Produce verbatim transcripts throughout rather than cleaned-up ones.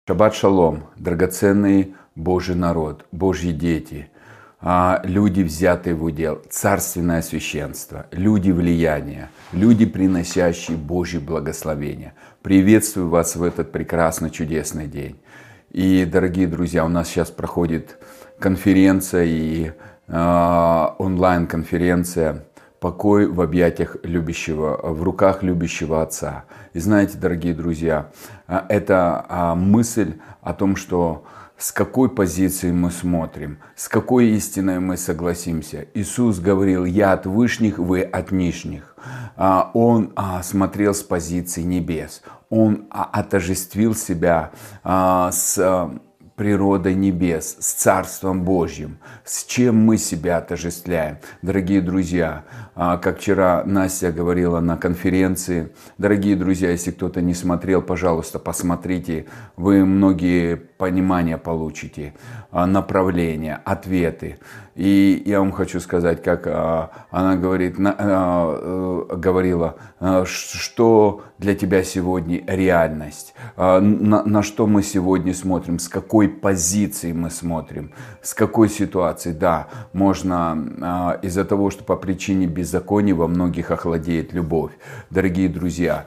Шаббат шалом, драгоценный Божий народ, Божьи дети, а, люди, взятые в удел, царственное священство, люди влияния, люди, приносящие Божье благословение. Приветствую вас в этот прекрасный, чудесный день. И, дорогие друзья, у нас сейчас проходит конференция и э, онлайн-конференция «Покой в объятиях любящего, в руках любящего Отца». И знаете, дорогие друзья, это мысль о том, что с какой позиции мы смотрим, с какой истиной мы согласимся. Иисус говорил: «Я от вышних, вы от нижних». Он смотрел с позиции небес. Он отождествил себя с природой небес, с Царством Божьим. С чем мы себя отождествляем? Дорогие друзья, как вчера Настя говорила на конференции, дорогие друзья, если кто-то не смотрел, пожалуйста, посмотрите, вы многие понимания получите, направления, ответы. И я вам хочу сказать, как она говорит, говорила, что для тебя сегодня реальность, на, на что мы сегодня смотрим, с какой позиции мы смотрим, с какой ситуации. Да, можно из-за того, что по причине беззакония во многих охладеет любовь. Дорогие друзья,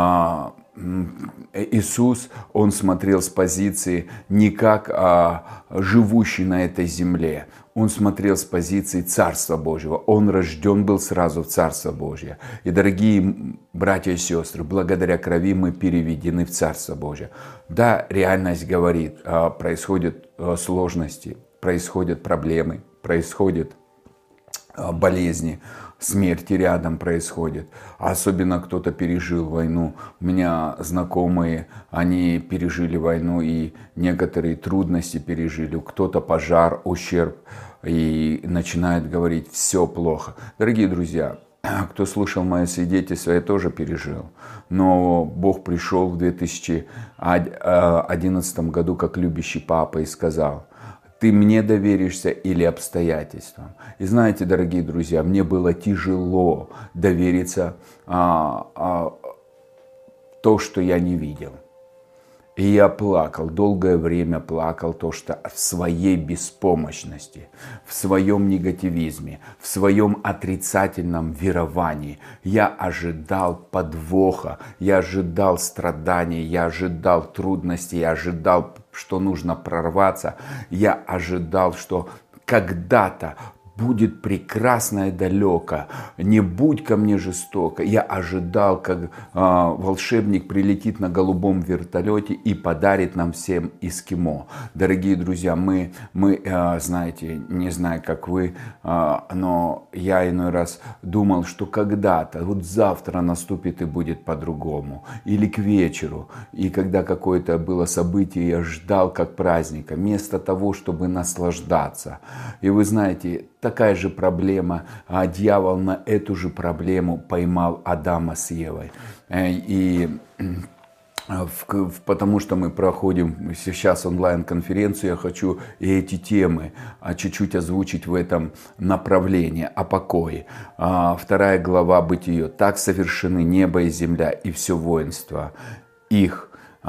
Иисус, Он смотрел с позиции не как а, живущий на этой земле. Он смотрел с позиции Царства Божьего. Он рожден был сразу в Царство Божье. И, дорогие братья и сестры, благодаря крови мы переведены в Царство Божье. Да, реальность говорит, а, происходят а, сложности, происходят проблемы, происходят а, болезни. Смерти рядом происходит. Особенно кто-то пережил войну. У меня знакомые, они пережили войну и некоторые трудности пережили. Кто-то пожар, ущерб. И начинает говорить: все плохо. Дорогие друзья, кто слушал мое свидетельство, я тоже пережил. Но Бог пришел в две тысячи одиннадцатом году как любящий папа и сказал: ты мне доверишься или обстоятельствам? И знаете, дорогие друзья, мне было тяжело довериться а, а, то, что я не видел. И я плакал, долгое время плакал, то, что в своей беспомощности, в своем негативизме, в своем отрицательном веровании я ожидал подвоха, я ожидал страданий, я ожидал трудностей, я ожидал, что нужно прорваться, я ожидал, что когда-то будет прекрасно и далеко, не будь ко мне жестоко. Я ожидал, как э, волшебник прилетит на голубом вертолете и подарит нам всем эскимо. Дорогие друзья, мы, мы э, знаете, не знаю, как вы, э, но я иной раз думал, что когда-то, вот завтра наступит и будет по-другому. Или к вечеру. И когда какое-то было событие, я ждал как праздника, вместо того, чтобы наслаждаться. И вы знаете, такая же проблема, а дьявол на эту же проблему поймал Адама с Евой. И потому что мы проходим сейчас онлайн-конференцию, я хочу и эти темы чуть-чуть озвучить в этом направлении, о покое. Вторая глава Бытие. «Так совершены небо и земля, и все воинство их».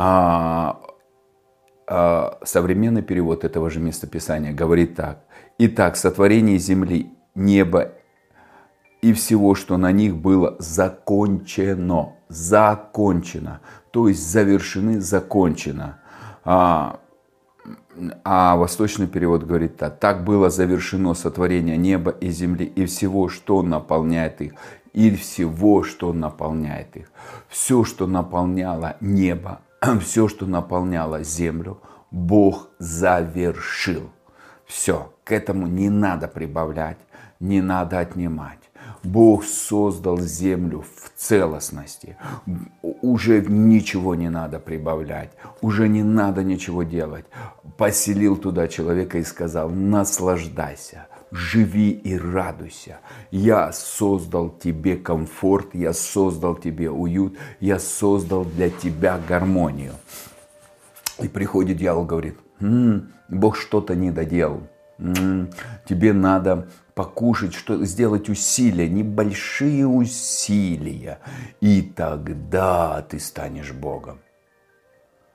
Современный перевод этого же местописания говорит так: «Итак, сотворение земли, неба и всего, что на них было, закончено». Закончено. То есть завершены, закончено. А, а восточный перевод говорит так: «Так было завершено сотворение неба и земли и всего, что наполняет их». И всего, что наполняет их. Все, что наполняло небо, все, что наполняло землю, Бог завершил. Все, к этому не надо прибавлять, не надо отнимать. Бог создал землю в целостности. Уже ничего не надо прибавлять, уже не надо ничего делать. Поселил туда человека и сказал: наслаждайся, живи и радуйся. Я создал тебе комфорт, я создал тебе уют, я создал для тебя гармонию. И приходит дьявол, говорит: М-м, Бог что-то не доделал. М-м, тебе надо покушать, что, сделать усилия, небольшие усилия, и тогда ты станешь Богом.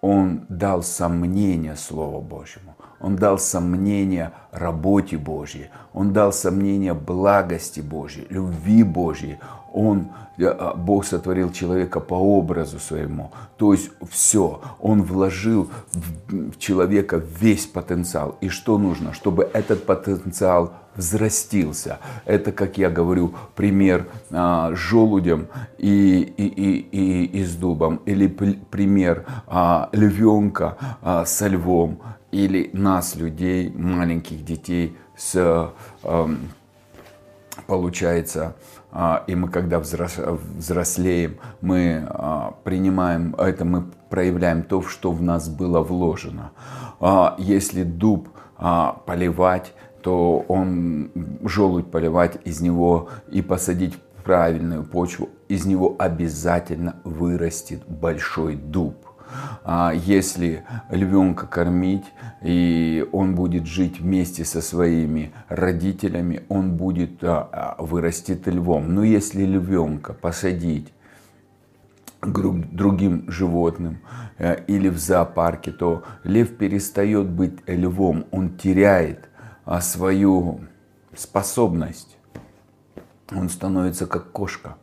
Он дал сомнение Слову Божьему. Он дал сомнение работе Божьей. Он дал сомнение благости Божьей, любви Божьей. Он, Бог сотворил человека по образу своему. То есть все. Он вложил в человека весь потенциал. И что нужно? Чтобы этот потенциал взрастился. Это, как я говорю, пример а, с желудем и, и, и, и, и с дубом. Или пример а, львенка а, со львом. Или нас, людей, маленьких детей, с, а, получается, а, и мы, когда взрос, взрослеем, мы а, принимаем это, мы проявляем то, что в нас было вложено. А, если дуб а, поливать, то он, желудь поливать, из него и посадить в правильную почву, из него обязательно вырастет большой дуб. А если львенка кормить, и он будет жить вместе со своими родителями, он будет а, вырастет львом. Но если львенка посадить к другим животным или в зоопарке, то лев перестает быть львом, он теряет свою способность. Он становится как кошка.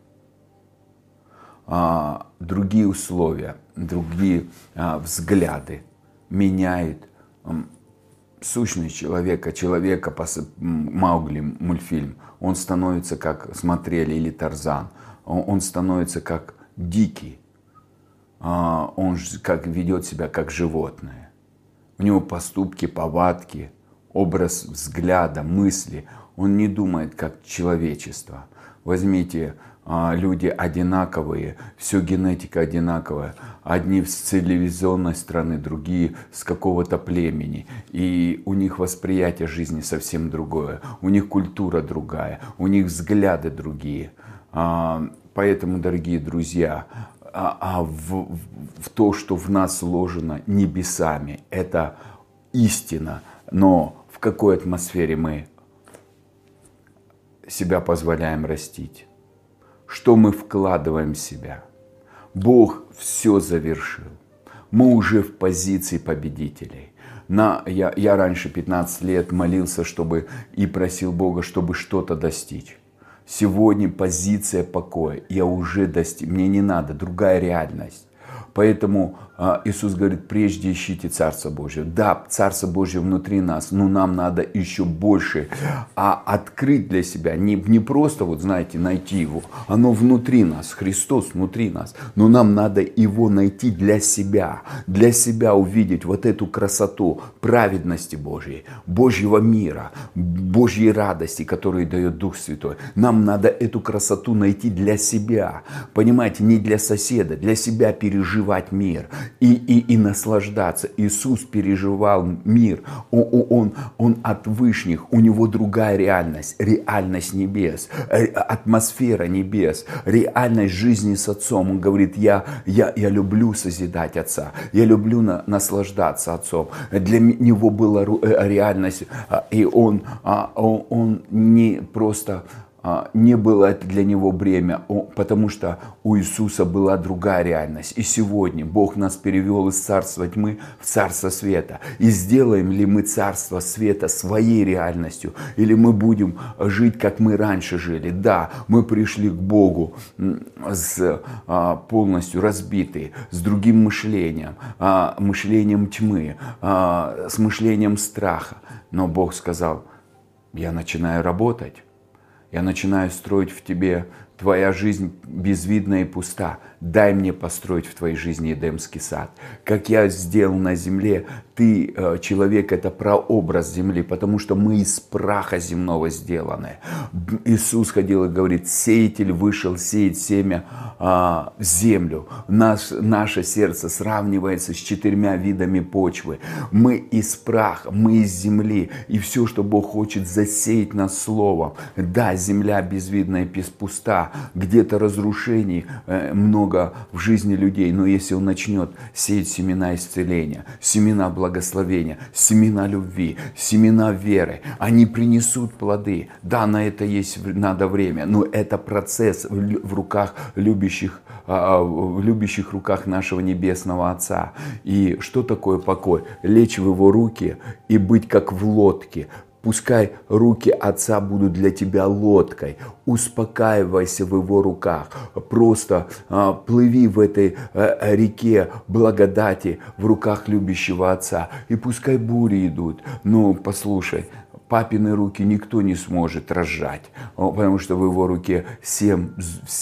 А, другие условия, другие а, взгляды меняют а, сущность человека. Человека, Маугли мультфильм, он становится как, смотрели, или Тарзан, он, он становится как дикий. А, он как ведет себя как животное. У него поступки, повадки, образ взгляда, мысли. Он не думает как человечество. Возьмите, люди одинаковые, все генетика одинаковая. Одни с цивилизованной страны, другие с какого-то племени. И у них восприятие жизни совсем другое. У них культура другая, у них взгляды другие. Поэтому, дорогие друзья, а в, в то, что в нас вложено небесами, это истина. Но в какой атмосфере мы себя позволяем растить? Что мы вкладываем в себя? Бог все завершил. Мы уже в позиции победителей. На, я, я раньше пятнадцать лет молился, чтобы и просил Бога, чтобы что-то достичь. Сегодня позиция покоя. Я уже достиг. Мне не надо. Другая реальность. Поэтому Иисус говорит, прежде ищите Царство Божие. Да, Царство Божие внутри нас, но нам надо еще больше а открыть для себя. Не, не просто, вот знаете, найти его. Оно внутри нас, Христос внутри нас. Но нам надо его найти для себя. Для себя увидеть вот эту красоту праведности Божьей, Божьего мира, Божьей радости, которую дает Дух Святой. Нам надо эту красоту найти для себя. Понимаете, не для соседа, для себя переживать мир. И, и, и наслаждаться. Иисус переживал мир. Он, он, он от вышних. У него другая реальность. Реальность небес. Атмосфера небес. Реальность жизни с Отцом. Он говорит, я, я, я люблю созидать Отца. Я люблю на, наслаждаться Отцом. Для него была реальность. И он, он, он не просто... не было это для него бремя, потому что у Иисуса была другая реальность. И сегодня Бог нас перевел из царства тьмы в царство света. И сделаем ли мы царство света своей реальностью? Или мы будем жить, как мы раньше жили? Да, мы пришли к Богу с, полностью разбитые, с другим мышлением, мышлением тьмы, с мышлением страха. Но Бог сказал, я начинаю работать. Я начинаю строить в тебе, твоя жизнь безвидна и пуста. Дай мне построить в твоей жизни Эдемский сад. Как я сделал на земле, ты, человек, это прообраз земли, потому что мы из праха земного сделаны. Иисус ходил и говорит, сеятель вышел сеять семя а, в землю. Наш, наше сердце сравнивается с четырьмя видами почвы. Мы из праха, мы из земли. И все, что Бог хочет засеять нас словом. Да, земля безвидна и пуста, Да, где-то разрушений э, много в жизни людей, но если он начнет сеять семена исцеления, семена благословения, семена любви, семена веры, они принесут плоды. Да, на это есть надо время, но это процесс в руках любящих, в любящих руках нашего Небесного Отца. И что такое покой? Лечь в Его руки и быть как в лодке. Пускай руки Отца будут для тебя лодкой. Успокаивайся в Его руках. Просто а, плыви в этой а, реке благодати в руках любящего Отца. И пускай бури идут. Но послушай, папины руки никто не сможет разжать, потому что в Его руке семь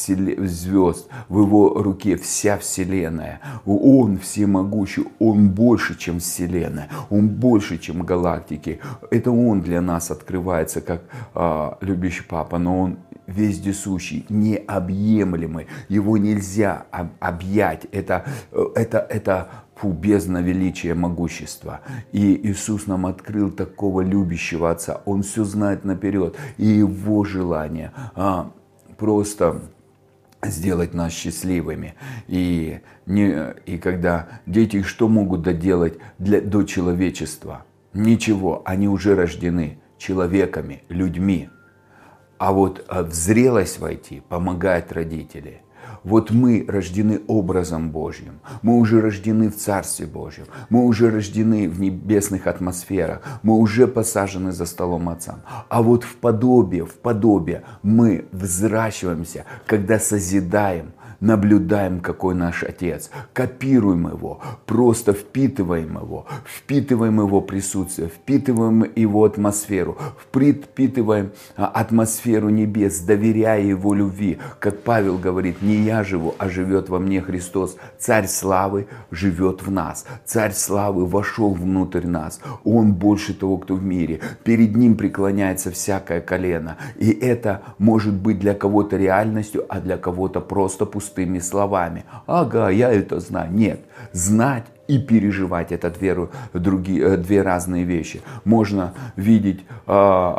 звезд, в Его руке вся Вселенная. Он всемогущий, Он больше, чем Вселенная, Он больше, чем галактики. Это Он для нас открывается как а, любящий папа, но Он вездесущий, необъемлемый. Его нельзя объять. Это, это, это фу, бездна величия, могущества. И Иисус нам открыл такого любящего Отца. Он все знает наперед. И Его желание а, просто сделать нас счастливыми. И, не, и когда дети что могут доделать для, до человечества? Ничего, они уже рождены человеками, людьми. А вот в зрелость войти помогают родители. Вот мы рождены образом Божьим, мы уже рождены в Царстве Божьем, мы уже рождены в небесных атмосферах, мы уже посажены за столом Отца. А вот в подобие, в подобие мы взращиваемся, когда созидаем, наблюдаем, какой наш Отец, копируем Его, просто впитываем Его, впитываем Его присутствие, впитываем Его атмосферу, впитываем атмосферу небес, доверяя Его любви. Как Павел говорит, не я живу, а живет во мне Христос. Царь славы живет в нас. Царь славы вошел внутрь нас. Он больше того, кто в мире. Перед Ним преклоняется всякое колено. И это может быть для кого-то реальностью, а для кого-то просто пустым. Пустыми словами. Ага, я это знаю. Нет. Знать и переживать — это две, другие, две разные вещи. Можно видеть э,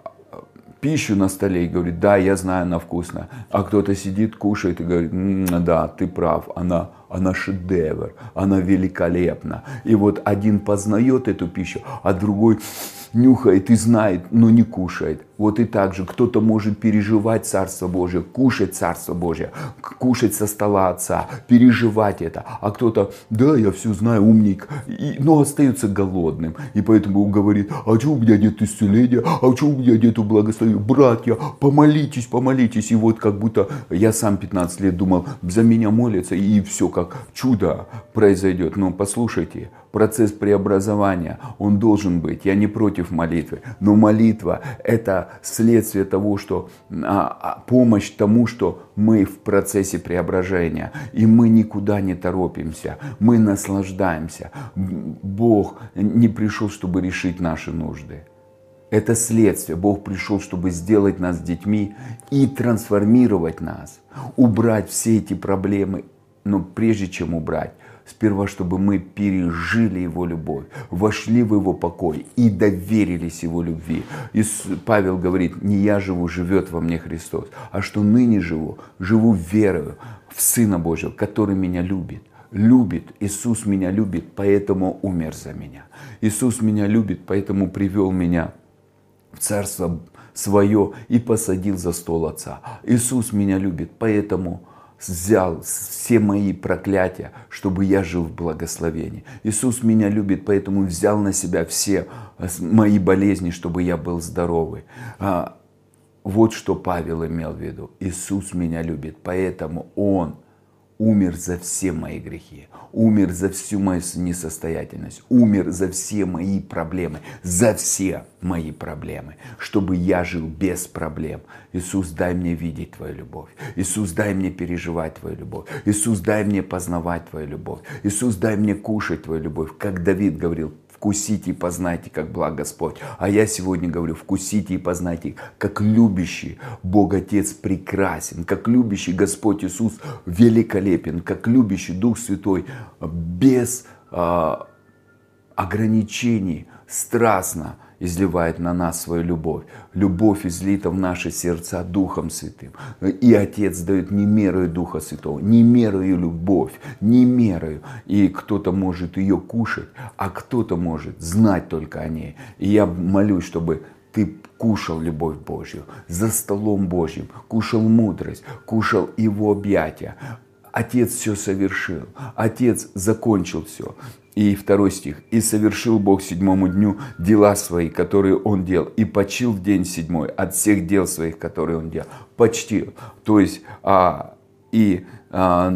пищу на столе и говорить, да, я знаю, она вкусная. А кто-то сидит, кушает и говорит, м-м, да, ты прав, она, она шедевр, она великолепна. И вот один познает эту пищу, а другой нюхает и знает, но не кушает. Вот и так же кто-то может переживать Царство Божие, кушать Царство Божие, кушать со стола Отца, переживать это. А кто-то, да, я все знаю, умник, и, но остается голодным. И поэтому он говорит, а что у меня нет исцеления, а что у меня нету благословения? Братья, помолитесь, помолитесь. И вот как будто я сам пятнадцать лет думал, за меня молятся, и все как чудо произойдет. Но послушайте, процесс преобразования, он должен быть. Я не против молитвы, но молитва — это следствие того, что а, помощь тому, что мы в процессе преображения. И мы никуда не торопимся, мы наслаждаемся. Бог не пришел, чтобы решить наши нужды. Это следствие. Бог пришел, чтобы сделать нас детьми и трансформировать нас. Убрать все эти проблемы. Но прежде чем убрать, сперва, чтобы мы пережили Его любовь, вошли в Его покой и доверились Его любви. И Павел говорит, не я живу, живет во мне Христос, а что ныне живу, живу верою в Сына Божьего, который меня любит. Любит, Иисус меня любит, поэтому умер за меня. Иисус меня любит, поэтому привел меня в Царство Свое и посадил за стол Отца. Иисус меня любит, поэтому взял все мои проклятия, чтобы я жил в благословении. Иисус меня любит, поэтому взял на себя все мои болезни, чтобы я был здоровый. Вот что Павел имел в виду. Иисус меня любит, поэтому Он умер за все мои грехи, умер за всю мою несостоятельность, умер за все мои проблемы, за все мои проблемы, чтобы я жил без проблем. Иисус, дай мне видеть Твою любовь. Иисус, дай мне переживать Твою любовь. Иисус, дай мне познавать Твою любовь. Иисус, дай мне кушать Твою любовь. Как Давид говорил, вкусите и познайте, как благ Господь. А я сегодня говорю, вкусите и познайте, как любящий Бог Отец прекрасен, как любящий Господь Иисус великолепен, как любящий Дух Святой без а, ограничений, страстно изливает на нас свою любовь. Любовь излита в наши сердца Духом Святым. И Отец дает не мерою Духа Святого, не мерою любовь, не мерою. И кто-то может ее кушать, а кто-то может знать только о ней. И я молюсь, чтобы ты кушал любовь Божью за столом Божьим, кушал мудрость, кушал Его объятия. Отец все совершил, Отец закончил все. И второй стих. «И совершил Бог седьмому дню дела свои, которые Он делал, и почил в день седьмой от всех дел своих, которые Он делал». Почтил. То есть, а, и а,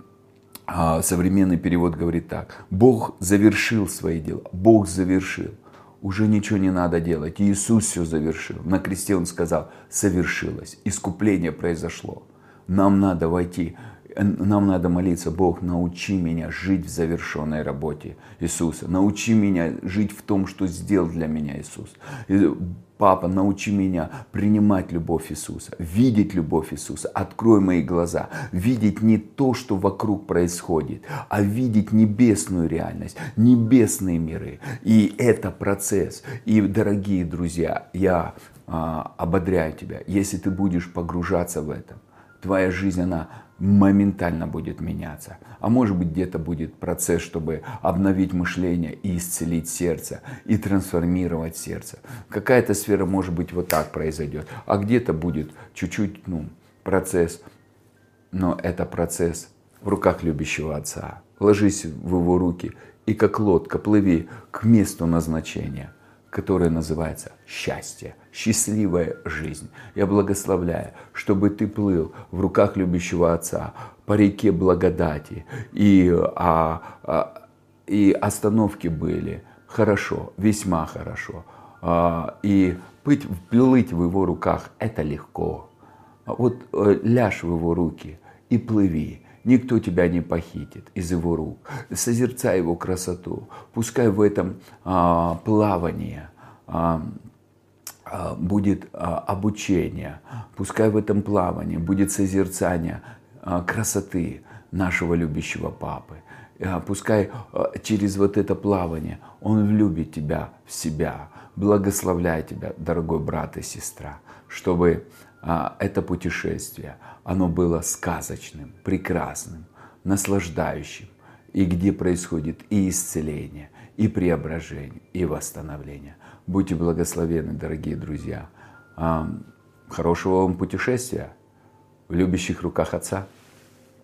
а, современный перевод говорит так. Бог завершил свои дела. Бог завершил. Уже ничего не надо делать. Иисус все завершил. На кресте Он сказал, совершилось. Искупление произошло. Нам надо войти. Нам надо молиться, Бог, научи меня жить в завершенной работе Иисуса. Научи меня жить в том, что сделал для меня Иисус. Папа, научи меня принимать любовь Иисуса, видеть любовь Иисуса. Открой мои глаза, видеть не то, что вокруг происходит, а видеть небесную реальность, небесные миры. И это процесс. И, дорогие друзья, я а, ободряю тебя, если ты будешь погружаться в это, твоя жизнь, она моментально будет меняться. А может быть, где-то будет процесс, чтобы обновить мышление и исцелить сердце, и трансформировать сердце. Какая-то сфера, может быть, вот так произойдет. А где-то будет чуть-чуть, ну, процесс. Но это процесс в руках любящего Отца. Ложись в Его руки и как лодка плыви к месту назначения, которое называется счастье, счастливая жизнь. Я благословляю, чтобы ты плыл в руках любящего Отца по реке благодати, и, а, а, и остановки были хорошо, весьма хорошо. А, и плыть, плыть в Его руках – это легко. Вот ляжь в Его руки и плыви. Никто тебя не похитит из Его рук. Созерцай Его красоту. Пускай в этом а, плавании а, а, будет а, обучение. Пускай в этом плавании будет созерцание а, красоты нашего любящего Папы. А, пускай а, через вот это плавание Он влюбит тебя в себя. Благословляй тебя, дорогой брат и сестра, чтобы а, это путешествие, оно было сказочным, прекрасным, наслаждающим, и где происходит и исцеление, и преображение, и восстановление. Будьте благословенны, дорогие друзья. Хорошего вам путешествия в любящих руках Отца.